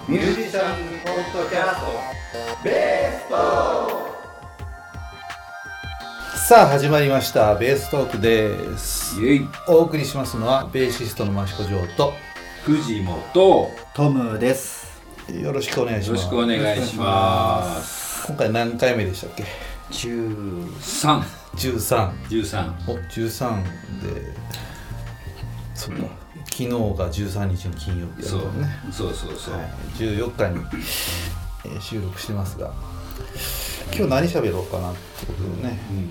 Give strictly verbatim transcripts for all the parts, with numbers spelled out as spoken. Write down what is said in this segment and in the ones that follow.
ミュージシャンポッドキャストベーストーク。さあ始まりましたベーストークです。 イエイ。 お送りしますのはベーシストの益子城と藤本トムです。 よろしくお願いします。 よろしくお願いします。 今回何回目でしたっけ？ じゅうさん。 じゅうさん。 じゅうさん。 お、じゅうさんで、そっか。昨日がじゅうさんにちの金曜日だったね。 そうそうそうそう、 はい、じゅうよっかに、えー、収録してますが、今日何喋ろうかなってことでね。 うんうん、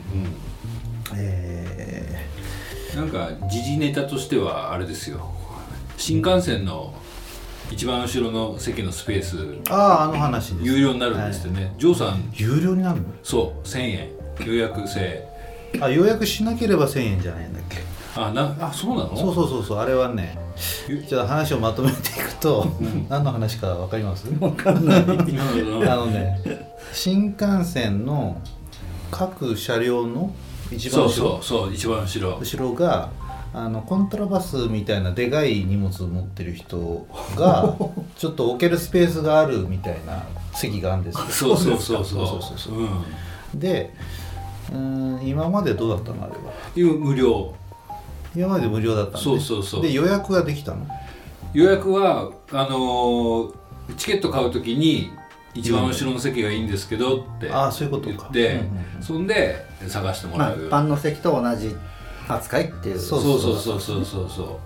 えー、なんか時事ネタとしてはあれですよ。新幹線の一番後ろの席のスペース、 ああ、あの話です。 有料になるんですってね。ジョーさん有料になるの？ そうせんえん予約制。 あ、予約しなければせんえんじゃないんだっけ？ あなあそうなの？ そうそうそうそう、あれはね、ちょっと話をまとめていくと、うん、何の話か分かります？ 分かんない。あのね、新幹線の各車両の一番後ろ、 そうそうそう一番後ろ後ろがあのコントラバスみたいなでかい荷物を持ってる人がちょっと置けるスペースがあるみたいな席があるんですよ。 そうそうそうそうそうそうそう、うん、で、うーん、今までどうだったのあれは？ 今無料。 今まで無料だったんで。 そうそうそう。 で予約ができたの？ 予約はあのー、チケット買うときに一番後ろの席がいいんですけどって言って、 ああそういうことか。 で、 うんうんうん、 そんで探してもらう、 まあ、一般の席と同じ扱いっていう。 そうそうそうそうそうそうそう。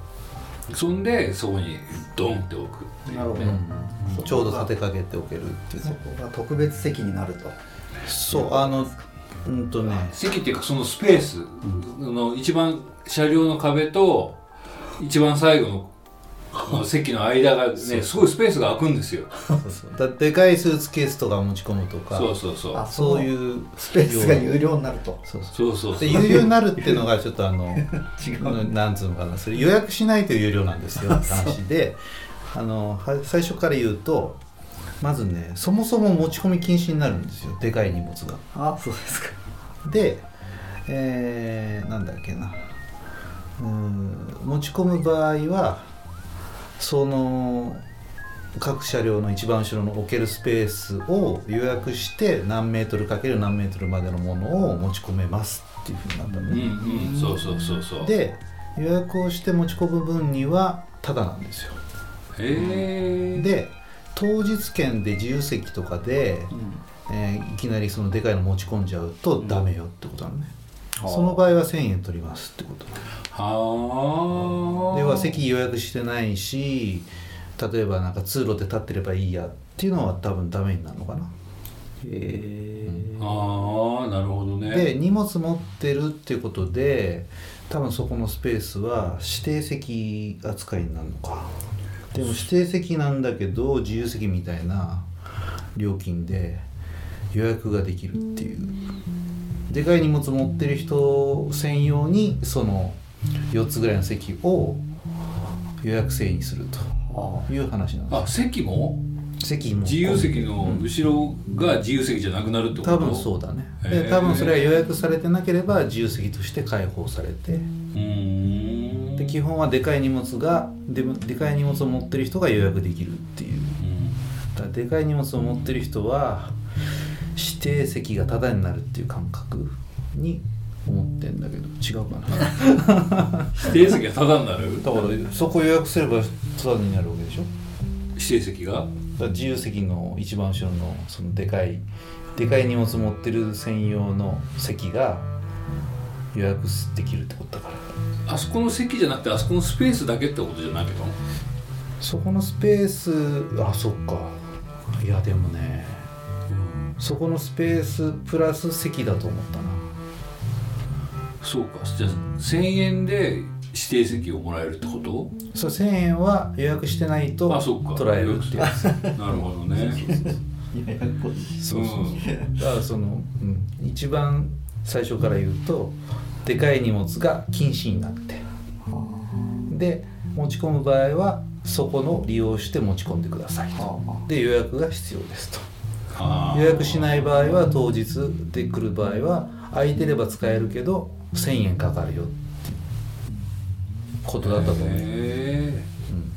そんでそこにドンって置くっていう、ね、 なるほど、うん、ちょうど立てかけておけるっていう、ね、 そこが特別席になると。 そうあのうんとね席っていうかそのスペース、うん、の一番車両の壁と一番最後の席の間がねすごいスペースが空くんですよ。 そうそうだでかいスーツケースとか持ち込むとか、 そうそうそう、 あそういうスペースが有料になると。 そうそうそうそうで有料になるっていうのがちょっとあの違うなんつうのかな、それ予約しないと有料なんですよって話で、あの最初から言うとまずねそもそも持ち込み禁止になるんですよ、でかい荷物が。 あそうですか。 で、えー、なんだっけな、うーん持ち込む場合はその各車両の一番後ろの置けるスペースを予約して何メートルかける何メートルまでのものを持ち込めますっていうふうになったのね。 うんうん、そうそうそうそう。 で予約をして持ち込む分にはタダなんですよ。 へえ。 で当日券で自由席とかで、うんえー、いきなりそのでかいの持ち込んじゃうとダメよってことなのね、うん、その場合はせんえん取りますってこと。 はあ。 では席予約してないし、例えばなんか通路で立ってればいいやっていうのは多分ダメになるのかな。へえ、うん、ああなるほどね。 で荷物持ってるっていうことで多分そこのスペースは指定席扱いになるのか。でも指定席なんだけど自由席みたいな料金で予約ができるっていう、でかい荷物持ってる人専用にそのよっつぐらいの席を予約制にするという話なんです。 あ、席も？ 席も自由席の後ろが自由席じゃなくなるってこと？ 多分そうだね。で多分それは予約されてなければ自由席として開放されて、うーんで基本はでかい荷物が で, でかい荷物を持ってる人が予約できるっていう、うん、だからでかい荷物を持ってる人は指定席がタダになるっていう感覚に思ってんだけど違うかな。 指定席がタダになる？ だからそこ予約すればタダになるわけでしょ、 指定席が。 だから自由席の一番後ろのそのでかいでかい荷物持ってる専用の席が予約できるってことだから。 あそこの席じゃなくてあそこのスペースだけってことじゃないの？ そこのスペース、あ、そっか。いやでもね、うん、そこのスペースプラス席だと思ったな。 そうか。じゃあせんえんで指定席をもらえるってこと？ そう、せんえんは予約してないと捉えるってやつ。 なるほどね。 そうそうそう。だからその、うん、一番最初から言うとでかい荷物が禁止になって、で持ち込む場合はそこの利用して持ち込んでくださいと。で予約が必要ですと。予約しない場合は当日で来る場合は空いてれば使えるけどせんえんかかるよっていうことだったと思う。 へ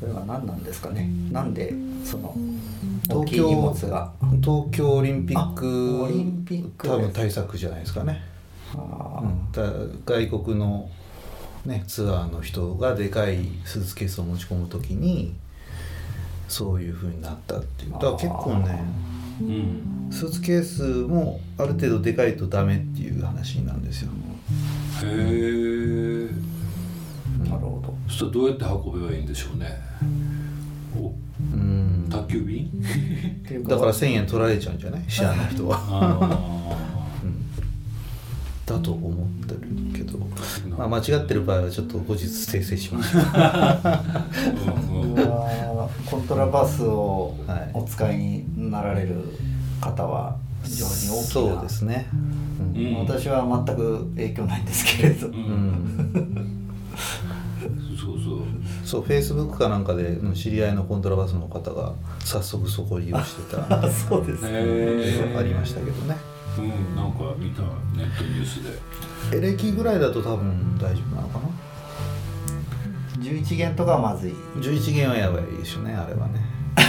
それは何なんですかね。なんでその大東きい荷物京が東京オリンピッあオリクンピック多分対策じゃないですかね。 あー、 うん、だ外国の、ね、ツアーの人がでかいスーツケースを持ち込むときにそういう風になったっていう。だから結構ねうんスーツケースもある程度でかいとダメっていう話なんですよ。 へえ。 なるほど。 そしたらどうやって運べばいいんでしょうね。おうん宅急便っていうだからせんえん取られちゃうんじゃないシェアの人は、 あうん、だと思ってるけど、 ーまあ、間違ってる場合はちょっと後日訂正しましょう。 うんうんこれはコントラバスをはいお使いになられる方は非常に大きな、 そうですね、うんうん私は全く影響ないんですけれど、 ううんんそうそうそうフェイスブックかなんかでうん知り合いのコントラバスの方が早速そこを利用してたそうですね。 へえありましたけどね。 うんなんか見たネットニュースでエレキぐらいだと多分大丈夫なのかな。 じゅういち弦とかはまずい。 じゅういち弦はやばいでしょうねあれはね。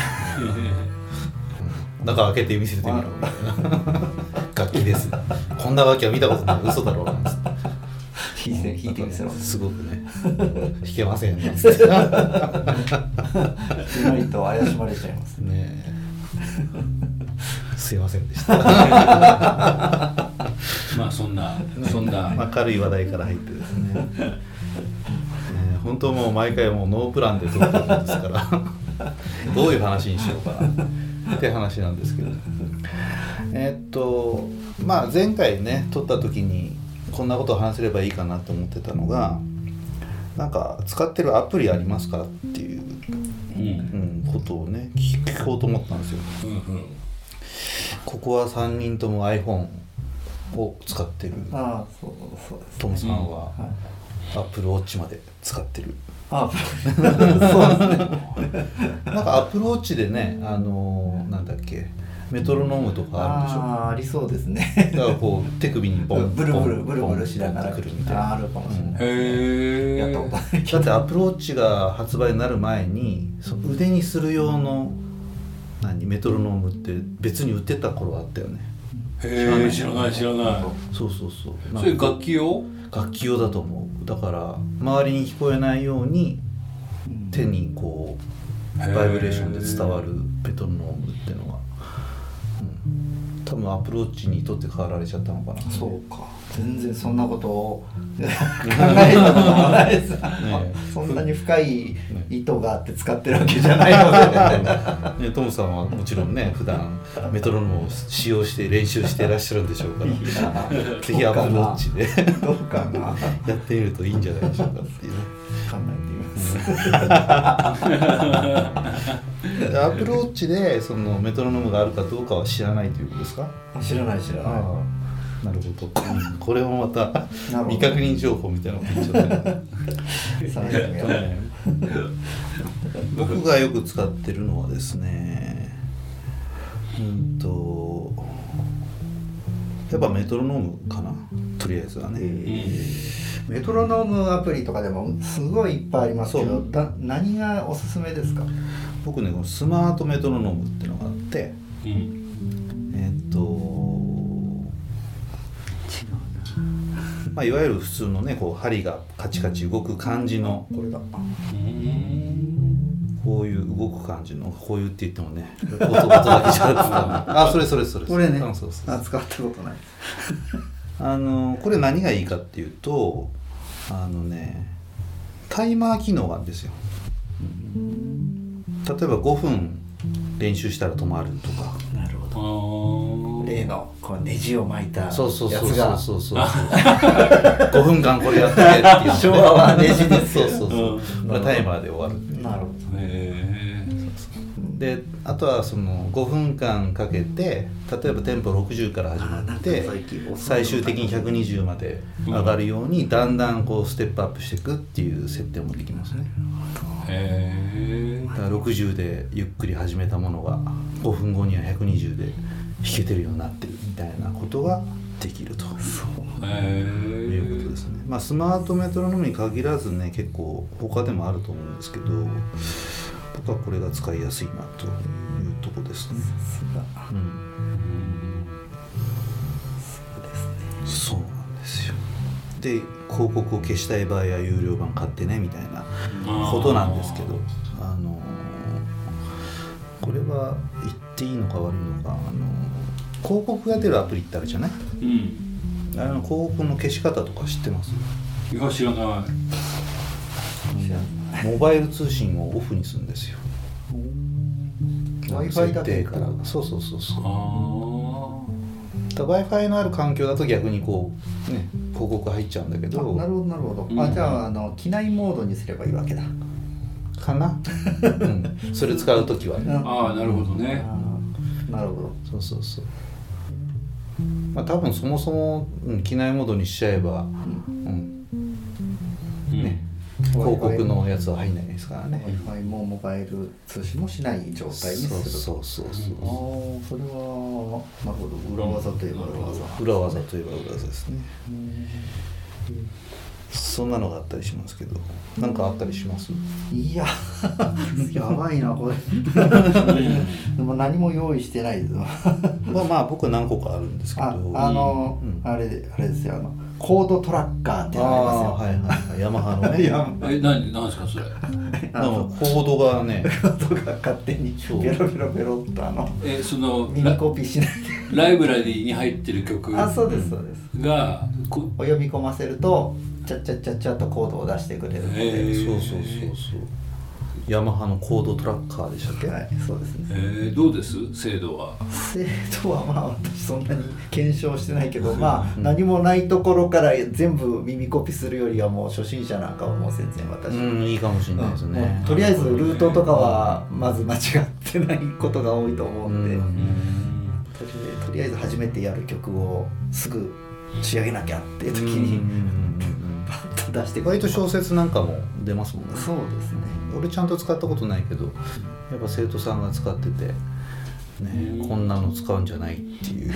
中開けて見せてみろみたいな楽器です。こんな楽器は見たことない嘘だろうなんつって弾いて弾いてみせろ。 すごくね弾けませんねつってうまいと怪しまれちゃいますね。 ねえすいませんでしたまあそんなそんな、 まあ、軽い話題から入ってですねね本当もう毎回もうノープランで撮ってるんですからどういう話にしようかなって話なんですけどえーっとまあ前回ね撮った時にこんなことを話せればいいかなと思ってたのがなんか使ってるアプリありますかっていう、 うんうん、ことをね聞聞こうと思ったんですよ。 うんうんここはさんにんとも iPhone を使ってるああ、そうそうです、ね。 トムさんははい Apple Watch まで使ってる。 あそうですね。 なんか Apple Watch でねあのー、なんだっけメトロノームとかあるでしょ。 ああ、ありそうですね。 だからこう手首にボンブルブルボンブルブルしながらボンってくるみたいな。 ああるかもしれない。 へえやったことないけど。 だってアップルウォッチが発売になる前にその腕にする用の何メトロノームって別に売ってた頃あったよね。 へえ知らない知らないそうそうそう。 それ楽器用楽器用だと思う。だから周りに聞こえないように手にこうバイブレーションで伝わるメトロノームっていうのが、うん、多分アップルウォッチにとって変わられちゃったのかな。 そうか。全然そんなことを考えたこともないです。そんなに深い意図があって使ってるわけじゃないので。 ね、トムさんはもちろんね普段メトロノームを使用して練習していらっしゃるんでしょうからぜひアップルウォッチでどうかな。考やってみるといいんじゃないでしょうかっていうね。 えてみます。 アップルウォッチでそのメトロノームがあるかどうかは知らないということですか。 知らない知らない。 なるほど、うん、これもまたなるほど未確認情報みたいなのが言っちゃったね探してみよう。 僕がよく使ってるのはですねうんとやっぱメトロノームかなとりあえずはね、 メトロノームアプリとかでもすごいいっぱいありますけど、 そうだ何がおすすめですか？ 僕ねこのスマートメトロノームっていうのがあってうんえーっとまあ、いわゆる普通のねこう針がカチカチ動く感じのこれだ。 こういう動く感じのこういうって言ってもね音, 音だけじゃなくてあそれそれそれこれね。 うんそうそうあ、使ったことない。 あのこれ何がいいかっていうとあのねタイマー機能があるんですよ。例えばごふん練習したら止まるとか。 なるほあど。 ー例のこうネジを巻いたやつそうそうそうが。 そうそうそうごふんかんこれやってっていう昭和はネジですよ。 そうそうそう、 うんこれタイマーで終わるっていう。 なるほへであとはそのごふんかんかけて例えばテンポろくじゅうから始まって最終的にひゃくにじゅうまで上がるようにだんだんこうステップアップしていくっていう設定もできますね。 えへえだからろくじゅうでゆっくり始めたものがごふんごにはひゃくにじゅうで弾けてるようになってるみたいなことができるとへえいうことですね。まあスマートメトロノームに限らずね結構他でもあると思うんですけど僕はこれが使いやすいなというところですね。 さすが、 うん、 そうですね。 そうなんですよ。で広告を消したい場合は有料版買ってねみたいなことなんですけど、あのこれは言っていいのか悪いのか、あの広告が出るアプリってあるじゃない、 うん、 あの広告の消し方とか知ってます？ いや知らない。 モバイル通信をオフにするんですよ。 Wi-Fi だけ設定から。そうそうそうそう。 あだ Wi-Fi のある環境だと逆にこうね広告入っちゃうんだけど。 あ、なるほどなるほど、 うん、 あ、じゃあ、あの機内モードにすればいいわけだかな、うん、それ使うときはね。 ああ、なるほどね。 なるほど。 そうそうそう。まあ多分そもそも、うん、機内モードにしちゃえば、うんうん、 ね、広告のやつは入んないですからね。 Wi-Fi もモバイル通信もしない状態にすると。 そうそうそうそう。 ああ、それはなるほど、裏技といえば裏技。 裏技といえば裏技ですね。そんなのがあったりしますけど、なんかあったりします？ いややばいなこれでも何も用意してないですまあまあ僕は何個かあるんですけど、 あ、あの、うん、あれあれですよ、あのコードトラッカーってのありますよ。 はいはいはい、ヤマハのね。 え、何何ですかそれ？ あのコードがね、 コードが勝手にベロベロベロっとあのえ、その耳コピーしないでライブラリーに入ってる曲あ、そうですそうですがこお呼び込ませるとチャッチャッチャッチャッとコードを出してくれるので、 えー、 そうそうそうそう、ヤマハのコードトラッカーでしたっけ？ はい、そうですね。 えー、どうです精度は？ 精度はまあ私そんなに検証してないけど、まあ何もないところから全部耳コピするよりはもう初心者なんかはもう全然私、 うん、いいかもしれないですね、 うん、とりあえずルートとかはまず間違ってないことが多いと思うんで、うん、とりあえずとりあえず初めてやる曲をすぐ仕上げなきゃっていう時にパッと出してくる。 割と小説なんかも出ますもんね。 そうですね。 俺ちゃんと使ったことないけど、やっぱ生徒さんが使ってて、ね、こんなの使うんじゃないっていう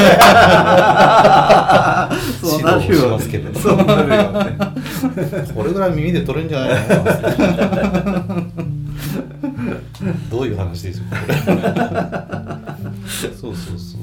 そうなるよね。 指導をしますけど、 そうなるよね。 これぐらい耳で取れるんじゃないのかなどういう話ですよこれそうそうそう、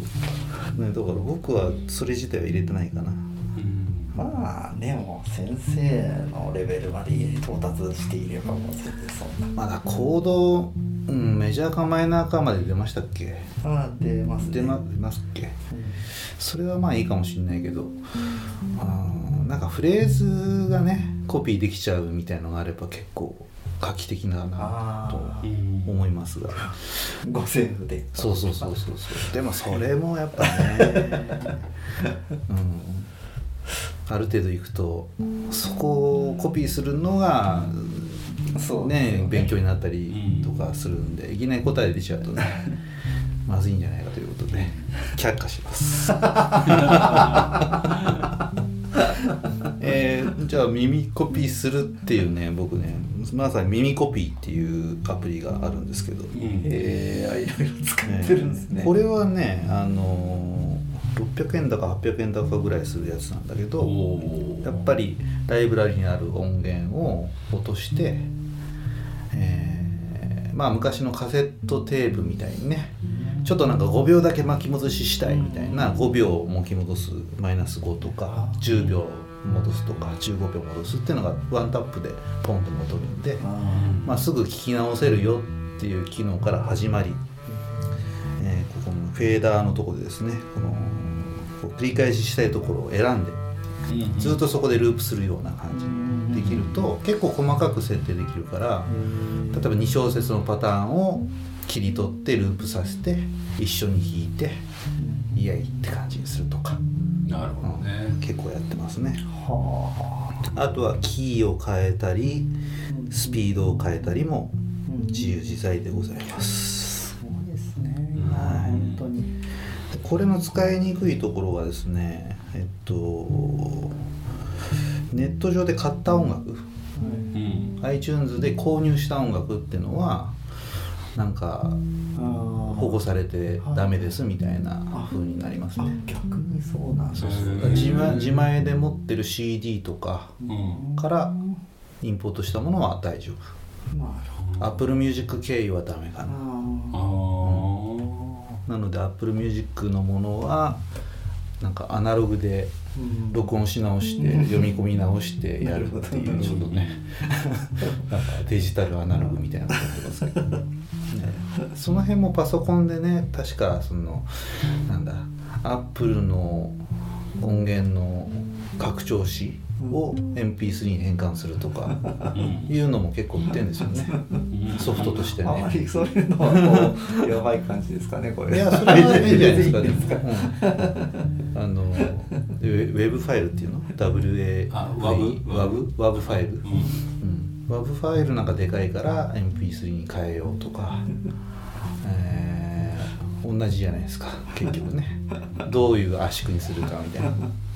ね、だから僕はそれ自体は入れてないかな。 まあでも先生のレベルまで到達していればもう全然そんな。 まだコード、うん、メジャーかマイナーかまで出ましたっけ？ ああ、出ますね。 出ま、出ますっけ、うん、それはまあいいかもしれないけど、あなんかフレーズがねコピーできちゃうみたいのがあれば結構画期的だなと思いますが、 五線譜で。 そうそうそうそうそう。でもそれもやっぱね、うん、ある程度いくとそこをコピーするのがそうね、 ね、 勉強になったりとかするんで、いきなり答え出ちゃうとねまずいんじゃないかということで却下しますえー、じゃあ耳コピーするっていうね、僕ねまさに耳コピーっていうアプリがあるんですけど、うん、 えー、いろいろ使ってるんですね、 えー、これはね、あのー、ろっぴゃくえんだかはっぴゃくえんだかぐらいするやつなんだけど、やっぱりライブラリにある音源を落として、えー、まあ昔のカセットテープみたいにね、ちょっとなんかごびょうだけ巻き戻ししたいみたいな、ごびょう巻き戻すマイナスごとかじゅうびょう戻すとかじゅうごびょう戻すっていうのがワンタップでポンと戻るんで、まあ、すぐ聞き直せるよっていう機能から始まり、えー、ここのフェーダーのところでですね、このこう繰り返ししたいところを選んでずっとそこでループするような感じにできると結構細かく設定できるから、例えばに小節のパターンを切り取ってループさせて一緒に弾いてイヤイって感じにするとか。 なるほどね、 うん、結構やってますね。 はあとはキーを変えたりスピードを変えたりも自由自在でございます。 すごいですね、 はい、 本当に。 これの使いにくいところはですね、えっとネット上で買った音楽、うん、iTunes で購入した音楽っていうのはなんか保護されてダメですみたいな風になりますね。 逆にそうなんですね。 そうそう、自前、自前で持ってる シーディー とかからインポートしたものは大丈夫。 なるほ Apple Music 経由はダメかな。 あなので Apple Music のものはなんかアナログで録音し直して読み込み直してやるっていうちょっとねなんかデジタルアナログみたいなことやってますけど、ね、その辺もパソコンでね確かそのなんだ Apple の音源の拡張子を エムピースリー に変換するとかいうのも結構売ってるんですよね、ソフトとしてね。 あまりそういうのはこうやばい感じですかねこれ。 いやそれはいいんじゃないですか。でも、うん、あのウェブファイルっていうの ダブリューエーあ ワブワブ ワブファイル、 うんうん、ワブファイルなんかでかいから エムピースリー に変えようとか、えー、同じじゃないですか結局ねどういう圧縮にするかみたいな。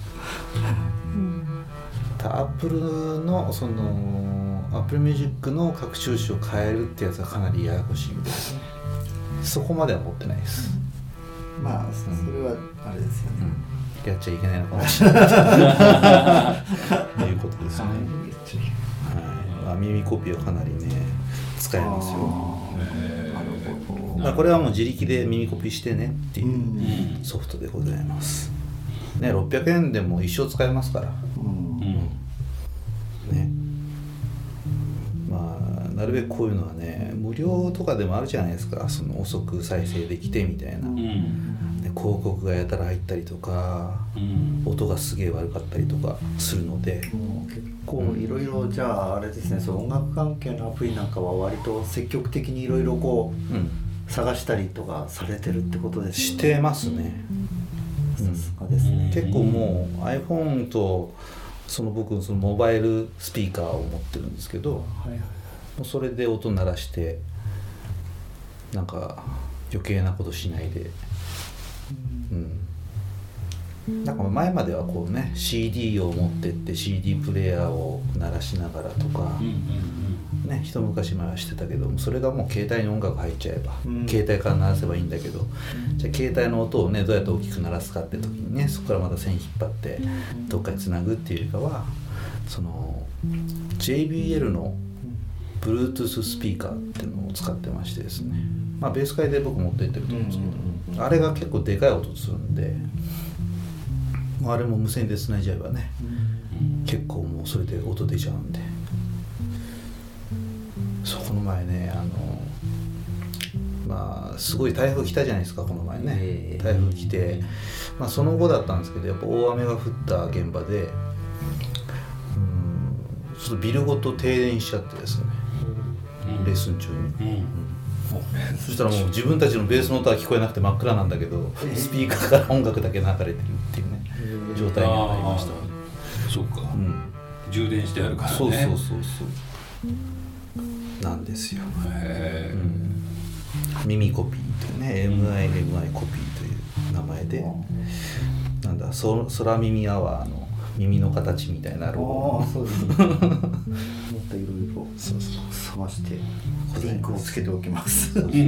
アップルのその Apple Music の拡張子を変えるってやつはかなりややこしいみたいですね。そこまでは持ってないです。 まあそれはあれですよね、 うん、やっちゃいけないのかもしれないということですね。はい、まあ、耳コピーはかなりね使えますよ。まあ、これはもう自力で耳コピーしてねっていうソフトでございます。ね、ろっぴゃくえんでも一生使えますから。うんね、まあなるべくこういうのはね無料とかでもあるじゃないですか。その遅く再生できてみたいな、うん、で広告がやたら入ったりとか、うん、音がすげえ悪かったりとかするので、 もう結構いろいろじゃああれですね、そう音楽関係のアプリなんかは割と積極的にいろいろこう、うん、探したりとかされてるってことですね。 してますね。 さすがですね。 結構もう iPhone とその僕そのモバイルスピーカーを持ってるんですけど、はいはい、もうそれで音鳴らしてなんか余計なことしないで、うんうん、なんか前まではこうね シーディー を持ってって シーディー プレイヤーを鳴らしながらとか、うんうんうん、ね一昔前はしてたけどそれがもう携帯に音楽入っちゃえば、うん、携帯から鳴らせばいいんだけど、うん、じゃあ携帯の音をねどうやって大きく鳴らすかって時にねそこからまた線引っ張ってどっかにつなぐっていうよりかはその ジェイビーエル の Bluetooth スピーカーっていうのを使ってましてですね、まあベース界で僕持って行ってると思うんですけど、うんうん、あれが結構でかい音するんであれも無線でつないじゃえばね、うん、結構もうそれで音出ちゃうんで。そうこの前ねあのまあすごい台風来たじゃないですかこの前ね、えー、台風来て、まあ、その後だったんですけどやっぱ大雨が降った現場でうんちょっとビルごと停電しちゃってですね、うん、レッスン中に、うんうん、そしたらもう自分たちのベースの音は聞こえなくて真っ暗なんだけど、えー、スピーカーから音楽だけ流れてるっていうね、えー、状態になりました。 そっか、うん、充電してあるからね。 そうそうそうそうなんですよ。へー、うん、耳コピーというね エムアイエムアイ コピーという名前で、うん、なんだそ空耳アワーの耳の形みたいなロゴ。 ああそうですね。もっといろいろ探してリンクをつけておきます。はい。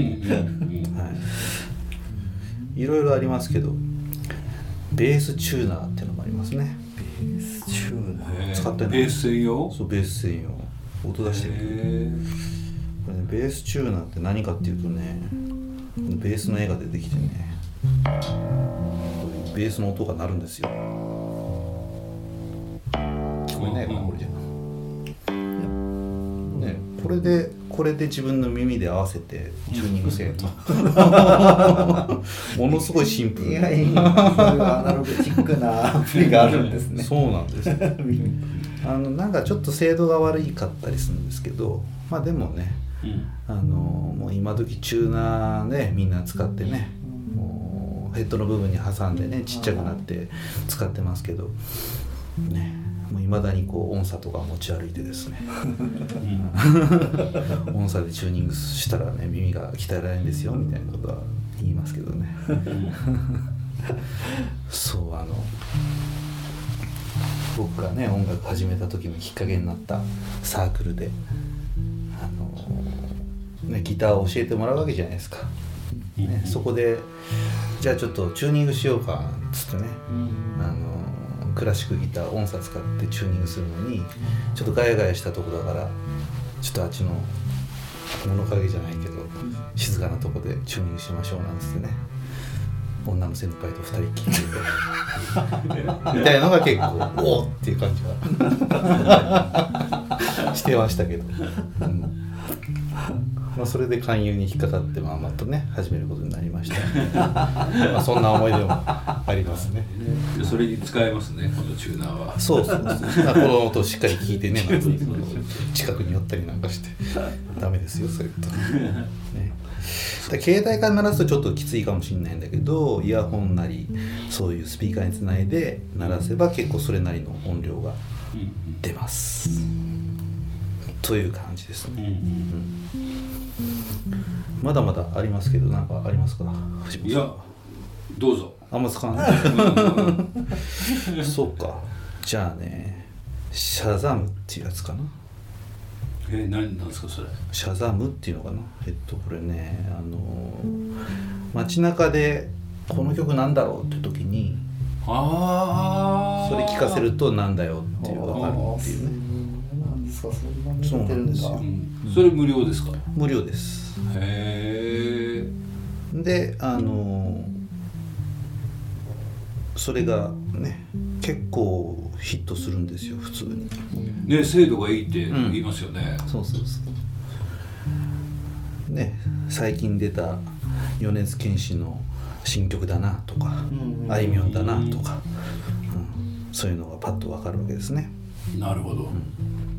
いろいろありますけどベースチューナーっていうのもありますね。 ベースチューナー使ってない。 ベース専用？ そうベース専用。音出してる。これねベースチューナーって何かっていうとねベースの絵が出てきてねこういうベースの音が鳴るんですよ。聞こえないかなこれじゃね。これでこれで自分の耳で合わせてチューニングせえとものすごいシンプル。 いやいやそういうアナログチックなアプリがあるんですね。 そうなんですあのなんかちょっと精度が悪いかったりするんですけどまあでもね、うん、あのもう今時チューナーねみんな使ってね、うん、もうヘッドの部分に挟んでねちっちゃくなって使ってますけどねもう未だにこう音差とか持ち歩いてですね音差でチューニングしたらね耳が鍛えられるんですよみたいなことは言いますけどねそうあの僕がね音楽始めた時のきっかけになったサークルであの、ね、ギターを教えてもらうわけじゃないですか、ね、そこでじゃあちょっとチューニングしようかっつってね、あのクラシックギター音差使ってチューニングするのにちょっとガヤガヤしたとこだからちょっとあっちの物陰じゃないけど静かなとこでチューニングしましょうなんつってね、女の先輩と二人っきりでみたいなのが結構おーっていう感じがしてましたけど、うんまあ、それで勧誘に引っかかってまあまたね始めることになりました、ねまあ、そんな思い出もありますね。 それに使えますねこのチューナーは。 そうそうそう、まあ、この音をしっかり聞いてねなんて近くに寄ったりなんかしてダメですよそういうこと、ね、だ携帯から鳴らすとちょっときついかもしれないんだけど、イヤホンなりそういうスピーカーにつないで鳴らせば結構それなりの音量が出ます、うん、という感じですね、うんうん、まだまだありますけどなんかありますか藤本さん。 いやどうぞ。 あんま使わないそうか、じゃあねシャザムっていうやつかな。 えー、何なんですかそれ。 シャザムっていうのかな。えっとこれねあの街中でこの曲なんだろうって時にあそれ聞かせるとなんだよっていう分かるっていうね。 なんですかそんなに似てるんだ。 そうなんですよ、うん、それ無料ですか。 無料です。 へえ。であのそれがね結構ヒットするんですよ普通にね。精度がいいって言いますよね、 うん、そうそうそうね。最近出た米津玄師の新曲だなとか、うん、あいみょんだなとか、うん、そういうのがパッと分かるわけですね。 なるほど、うん、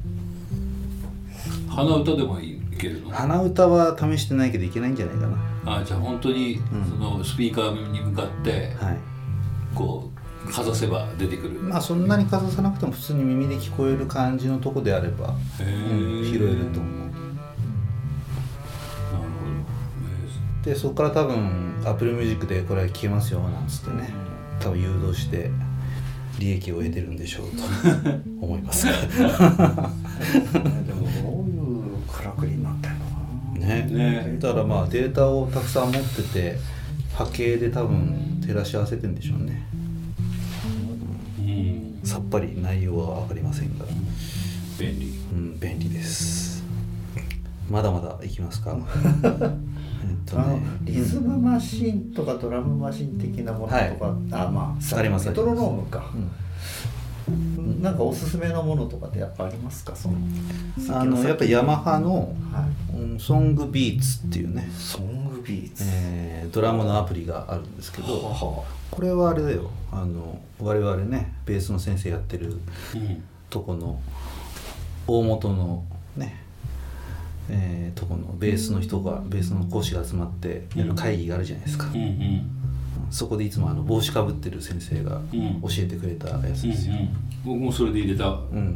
鼻歌でもいけるの。 鼻歌は試してないけどいけないんじゃないかな。 あじゃあ本当にそのスピーカーに向かって、うん、はいこうかざせば出てくる。 まあそんなにかざさなくても普通に耳で聞こえる感じのとこであれば、うん、拾えると思う。なるほど。でそこから多分 Apple Music でこれ聴けますよなんつってね多分誘導して利益を得てるんでしょうと思いますがでもどういうからくりになってるのかなね。ねだからまあデータをたくさん持ってて波形で多分照らし合わせてんでしょうね、うん、さっぱり内容は分かりませんが便利、 うん、便利です。まだまだいきますかえっとね、 あのリズムマシンとかドラムマシン的なものとか、はい、あまあありますメトロノームか、うん、なんかおすすめのものとかってやっぱありますか。そのあのやっぱヤマハの、はいうん、ソングビーツっていうねソングビーツ、 えー、ドラムのアプリがあるんですけど、ははこれはあれだよあの我々ねベースの先生やってるとこの大元のねえー、とこのベースの人がベースの講師が集まってやる会議があるじゃないですか、うんうん、そこでいつもあの帽子かぶってる先生が教えてくれたやつですよ、うんうん、 僕もそれで入れた、うん、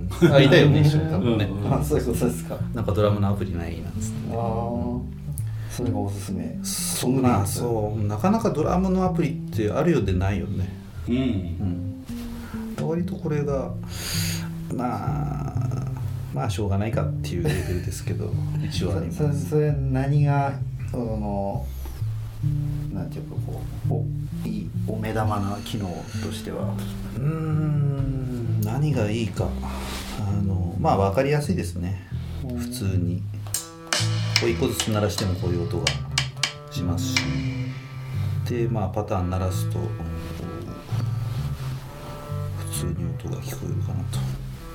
あいたよね一緒に多分ね、 うん、あそういうことですか。 なんかドラムのアプリないなんつって、ね、 あそれがおすすめ。 そんなそうなかなかドラムのアプリってあるようでないよね、うんうん、割とこれがまあまあしょうがないかっていうレベルですけど一応あります。 そ, そ, それ何がそのなんていうかこう お, いいお目玉な機能としてはうーん何がいいかあのまあ分かりやすいですね。普通にこう一個ずつ鳴らしてもこういう音がしますしでまあパターン鳴らすと普通に音が聞こえるかなと。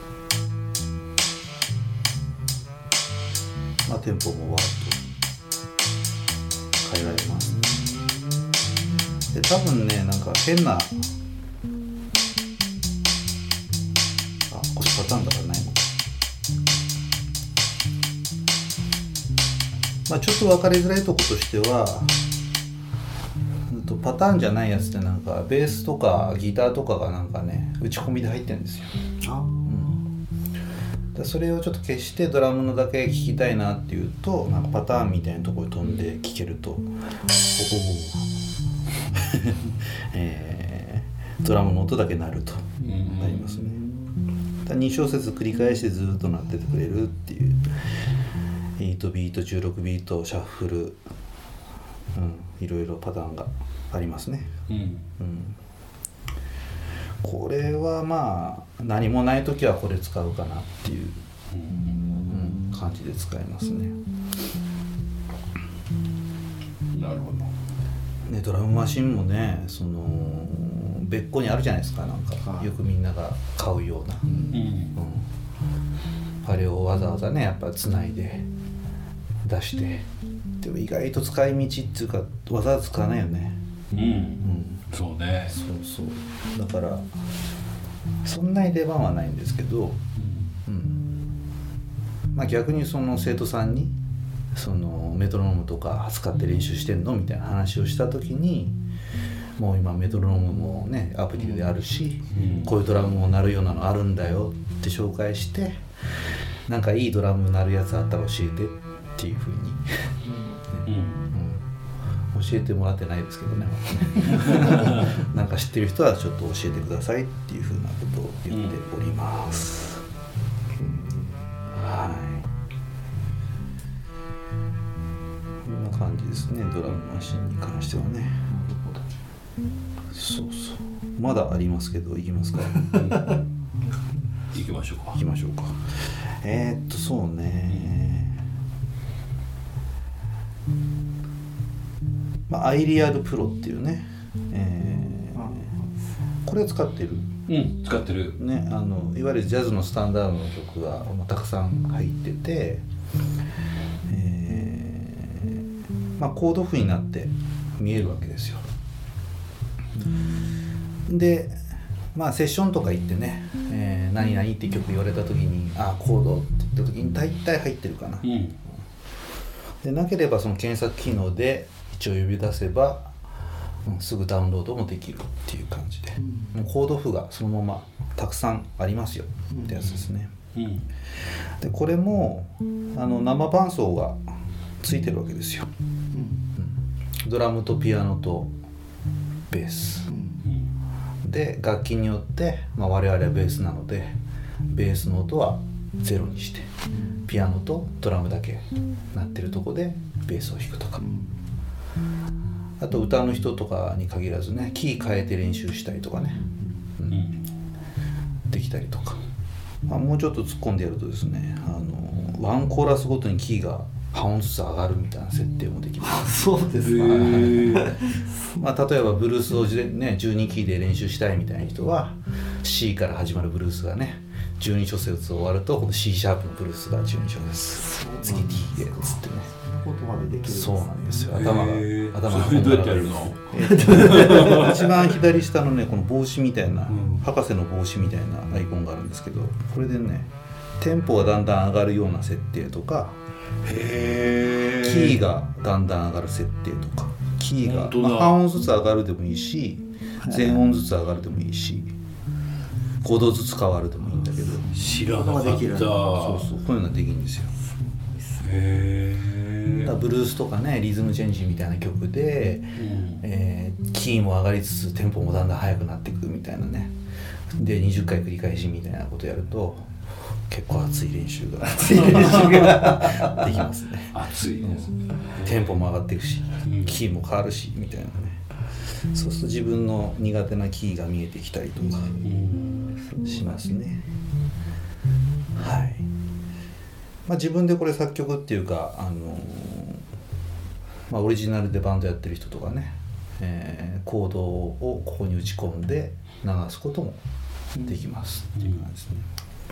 まあ、テンポもわーっと変えられますね。で多分ねなんか変なあこれパターンだからないのかまあちょっと分かりづらいとことしてはパターンじゃないやつってなんかベースとかギターとかがなんかね打ち込みで入ってるんですよ。あそれをちょっと消してドラムのだけ聴きたいなっていうとなんかパターンみたいなところに飛んで聴けるとおお、えー、ドラムの音だけ鳴るとなりますね。に小節繰り返してずっと鳴っててくれるっていうはちビートじゅうろくビートシャッフル、うん、いろいろパターンがありますね、うんうんこれはまあ何もない時はこれ使うかなっていう、うん、感じで使えますね。 なるほど。 ね、ドラムマシンもねその別個にあるじゃないですか、なんかよくみんなが買うような、うんうん、あれをわざわざねやっぱつないで出して、でも意外と使い道っていうかわざわざ使わないよね。 うん、うん、そうね。 そうそう、だからそんなに出番はないんですけど、うんうん、まあ逆にその生徒さんにそのメトロノームとか使って練習してんのみたいな話をした時に、もう今メトロノームもねアプリであるし、うん、こういうドラムも鳴るようなのあるんだよって紹介して、なんかいいドラム鳴るやつあったら教えてっていう風に、ねうんうん、教えてもらってないですけどねなんか知ってる人はちょっと教えてくださいっていう風なことを言っております、うん、はい、こんな感じですね、ドラムマシンに関してはね。そうそう、まだありますけど行きますか行きましょうか行きましょうかえー、っとそうね、まあアイリアドプロっていうね、えー、これを使ってる、 うん使ってるね、あのいわゆるジャズのスタンダードの曲がたくさん入ってて、えー、まあコード譜になって見えるわけですよ。でまあセッションとか行ってね、えー、何々って曲言われた時にあーコードって言った時に大体入ってるかな、うん、でなければその検索機能で一応呼び出せば、うん、すぐダウンロードもできるっていう感じで、うん、もうコード譜がそのままたくさんありますよってやつですね、うん、でこれもあの生伴奏がついてるわけですよ、うん、ドラムとピアノとベース、うん、で楽器によって、まあ、我々はベースなのでベースの音はゼロにして、うん、ピアノとドラムだけ鳴ってるとこでベースを弾くとか、うん、あと歌の人とかに限らずねキー変えて練習したりとかね、うんうん、できたりとか、まあ、もうちょっと突っ込んでやるとですね、あのワンコーラスごとにキーが半音ずつ上がるみたいな設定もできます。 そうですか。 まあ例えばブルースを、ね、じゅうにキーで練習したいみたいな人は C から始まるブルースがねじゅうに小節終わるとこの C シャープのブルースがじゅうに小節次 T でつってね、 そんなことまでできるんですね。 そうなんですよ。頭が頭がそれどうやってやるの？ えー、と一番左下のねこの帽子みたいな、うん、博士の帽子みたいなアイコンがあるんですけど、これでねテンポがだんだん上がるような設定とか、へー、キーがだんだん上がる設定とか、キーが、まあ、半音ずつ上がるでもいいし全音ずつ上がるでもいいしごどずつ変わるでもいいんだけど、 知らなかった。そうそう、こういうのができるんですよ。へー、だからブルースとかねリズムチェンジみたいな曲で、うん、えー、キーも上がりつつテンポもだんだん速くなっていくみたいなね、でにじゅっかい繰り返しみたいなことやると結構熱い練習が熱い練習ができますね。 熱いですね、 うん、テンポも上がっていくし、うん、キーも変わるしみたいなね、そうすると自分の苦手なキーが見えてきたりとかしますね、うん、はい。まあ、自分でこれ作曲っていうか、あのーまあ、オリジナルでバンドやってる人とかね、えー、コードをここに打ち込んで流すこともできますっていう感じですね。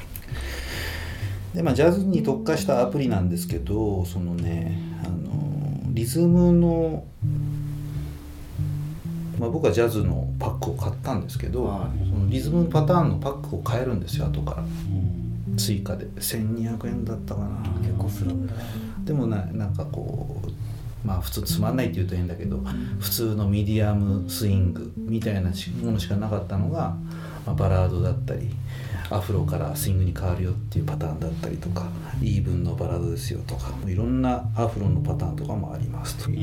で、まあ、ジャズに特化したアプリなんですけど、そのね、あのー、リズムの、まあ、僕はジャズのパックを買ったんですけど、はい、そのリズムパターンのパックを買えるんですよ後から。追加でせんにひゃくえんだったかな、結構するんだ。でもな、なんかこうまあ普通つまんないって言うと変だけど、普通のミディアムスイングみたいなものしかなかったのが、まあ、バラードだったりアフロからスイングに変わるよっていうパターンだったりとか、イーブンのバラードですよとか、いろんなアフロのパターンとかもありますと。で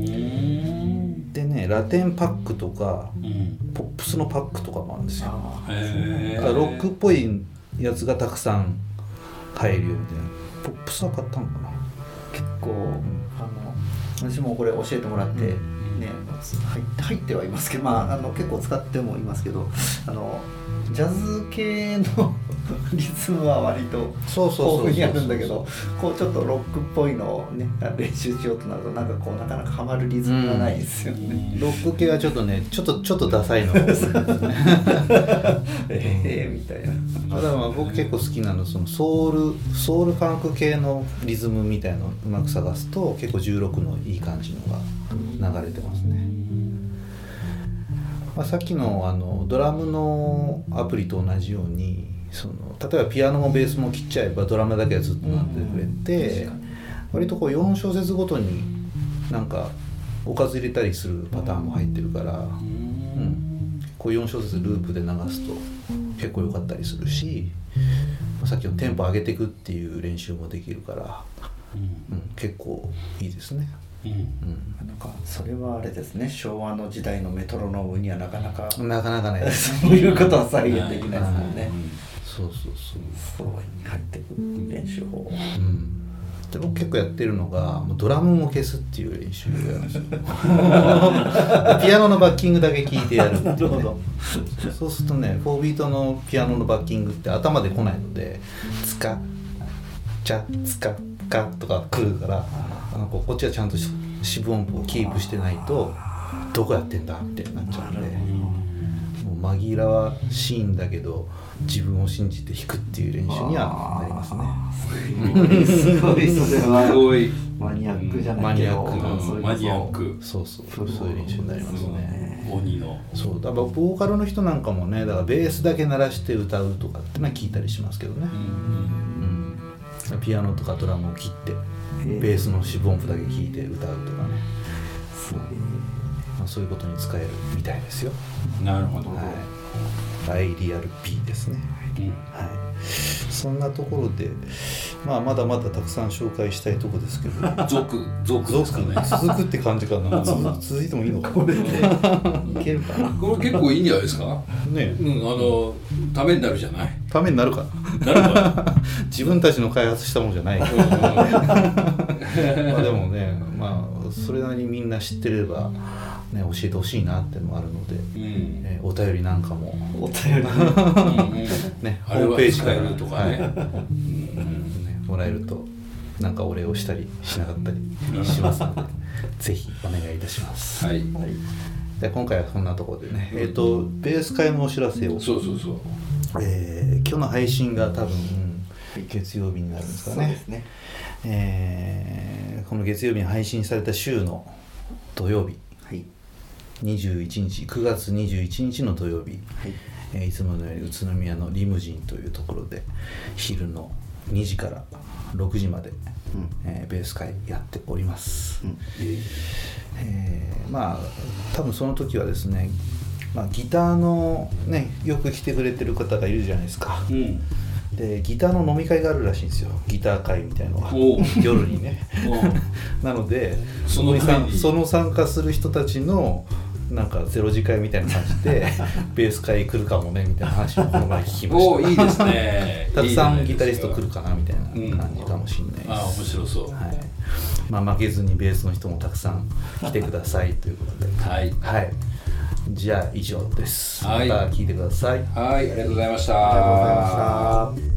ね、ラテンパックとか、うん、ポップスのパックとかもあるんですよ。だからロックっぽいやつがたくさん入るよみたいな。ポップスは買ったのかな。 結構、うん、あの私もこれ教えてもらって、うん、 ね入って入ってはいますけど、まあ、あの結構使ってもいますけど、あのジャズ系のリズムは割とそうそうそうそう豊富にあるんだけど、こうちょっとロックっぽいのをね練習しようとなるとなんかこうなかなかハマるリズムがないですよね。 ロック系はちょっとねちょっとちょっとダサいのが多いですねええみたいな。 だからまあ僕結構好きなのそのソウルソウルファンク系のリズムみたいなのをうまく探すと結構じゅうろくのいい感じのが流れてますね。まあ、さっきのあのドラムのアプリと同じようにその例えばピアノもベースも切っちゃえばドラムだけはずっとなってくれて、割とこうよん小節ごとになんかおかず入れたりするパターンも入ってるから、うん、こうよん小節ループで流すと結構良かったりするし、さっきのテンポ上げていくっていう練習もできるから、うん、結構いいですね。 うんうん、なんかそれはあれですね、昭和の時代のメトロノームにはなかなかなかなかねそういうことは再現できないですもんね。 そうそうそうそうに入っていく練習法、 うん、で僕結構やってるのがもうドラムも消すっていう練習をやるんですよピアノのバッキングだけ聴いてやるっていう、ね、なるほどそうするとねフォービートのピアノのバッキングって頭で来ないのでツカチャツカカとか来るから、あのこっちはちゃんと四分音符をキープしてないとどこやってんだみたいになっちゃうんで、もう紛らわしいんだけど自分を信じて弾くっていう練習にはなりますね。 すごいそれはすごいマニアックじゃないけど、 マニアック、 そういうマニアック、 そうそうそういう練習になりますね。 鬼のそうだからボーカルの人なんかもね、だからベースだけ鳴らして歌うとかってのは聞いたりしますけどね、うんうん、ピアノとかドラムを切ってベースの四分音符だけ弾いて歌うとかね、まあ、そういうことに使えるみたいですよ。 なるほど、 はい、アイリアル P ですね、うん、はい、そんなところで、まあ、まだまだたくさん紹介したいところですけど続続ですかね。 続くって感じかな続いてもいいのかこれでいけるかなこれ結構いいんじゃないですかね、 うん、あのためになるじゃない、 ためになるかなるか自分たちの開発したものじゃないまあでもね、まあそれなりにみんな知ってればね、教えてほしいなっていうのもあるので、うんえー、お便りなんかもお便りね、ホームページからるとかね、はいうんね、もらえるとなんかお礼をしたりしなかったりしますのでぜひお願いいたします。はい、で今回はそんなところでね、えーと、ベース会のお知らせを、 そうそうそう、 えー、今日の配信が多分月曜日になるんですかね。そうですね、えー、この月曜日に配信された週の土曜日、はい、にじゅういちにちくがつにじゅういちにちの土曜日、はいえー、いつものように宇都宮のリムジンというところで昼のにじからろくじまで、うんえー、ベース会やっております、うんえー、まあ多分その時はですね、まあ、ギターのねよく来てくれてる方がいるじゃないですか、うんでギターの飲み会があるらしいんですよ、ギター会みたいのが夜にねなのでそのその参加する人たちのなんかゼロ次会みたいな感じでベース会来るかもねみたいな話をこの前聞きましたおいいですねたくさんギタリスト来るかなみたいな感じかもしれないです、うん、 あ面白そう、はいまあ、負けずにベースの人もたくさん来てくださいということではい、はいじゃあ以上です。また聞いてください。 はい、ありがとうございました。 ありがとうございました。